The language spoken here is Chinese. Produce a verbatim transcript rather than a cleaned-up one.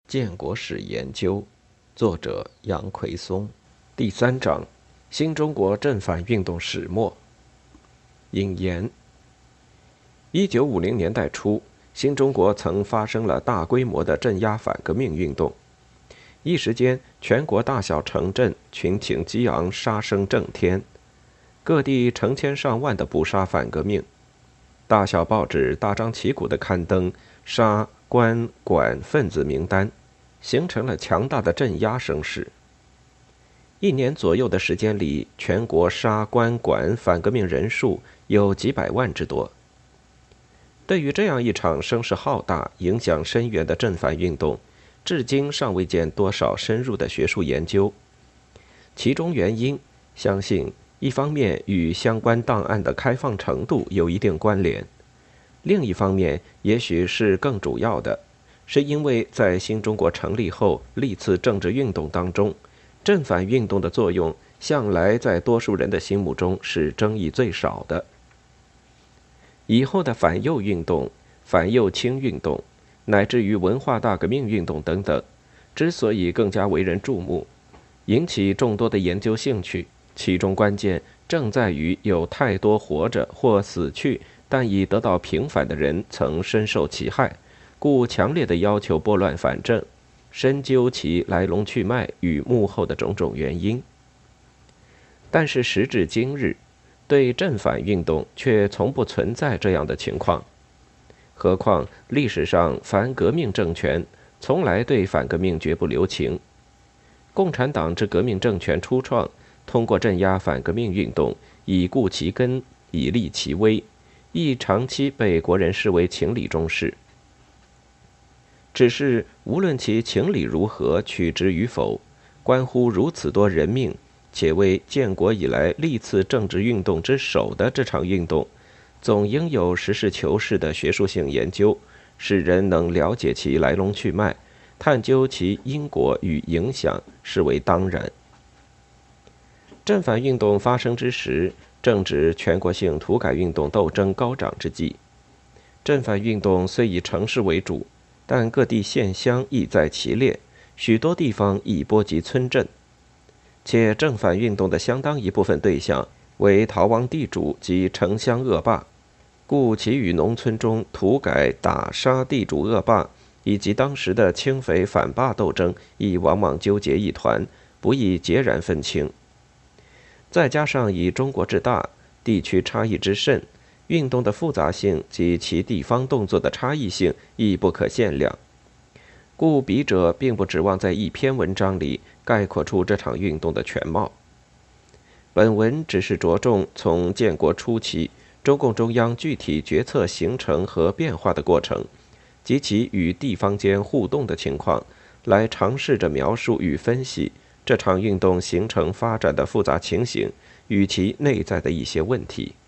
建国史研究，作者杨奎松。第三章：新中国正反运动始末。引言：一九五零年代初，新中国曾发生了大规模的镇压反革命运动，一时间，全国大小城镇群情激昂，杀声震天，各地成千上万的捕杀反革命，大小报纸大张旗鼓地刊登杀、关、管分子名单，形成了强大的镇压声势。一年左右的时间里，全国杀、关、管反革命人数有几百万之多。对于这样一场声势浩大、影响深远的正反运动，至今尚未见多少深入的学术研究。其中原因，相信一方面与相关档案的开放程度有一定关联，另一方面也许是更主要的，是因为在新中国成立后历次政治运动当中，正反运动的作用向来在多数人的心目中是争议最少的。以后的反右运动、反右倾运动，乃至于文化大革命运动等等，之所以更加为人注目，引起众多的研究兴趣，其中关键正在于有太多活着或死去但已得到平反的人曾深受其害，故强烈地要求拨乱反正，深究其来龙去脉与幕后的种种原因。但是时至今日，对正反运动却从不存在这样的情况。何况历史上凡革命政权从来对反革命绝不留情。共产党之革命政权初创，通过镇压反革命运动，以固其根，以立其威，亦长期被国人视为情理中事。只是无论其情理如何，取之与否，关乎如此多人命，且为建国以来历次政治运动之首的这场运动，总应有实事求是的学术性研究，使人能了解其来龙去脉，探究其因果与影响，视为当然。正反运动发生之时，正值全国性土改运动斗争高涨之际。正反运动虽以城市为主，但各地县乡亦在其列，许多地方亦波及村镇。且正反运动的相当一部分对象为逃亡地主及城乡恶霸，故其与农村中土改打杀地主恶霸以及当时的清匪反霸斗争亦往往纠结一团，不易截然分清。再加上以中国之大，地区差异之甚，运动的复杂性及其地方动作的差异性亦不可限量，故笔者并不指望在一篇文章里概括出这场运动的全貌。本文只是着重从建国初期中共中央具体决策形成和变化的过程，及其与地方间互动的情况，来尝试着描述与分析这场运动形成发展的复杂情形与其内在的一些问题。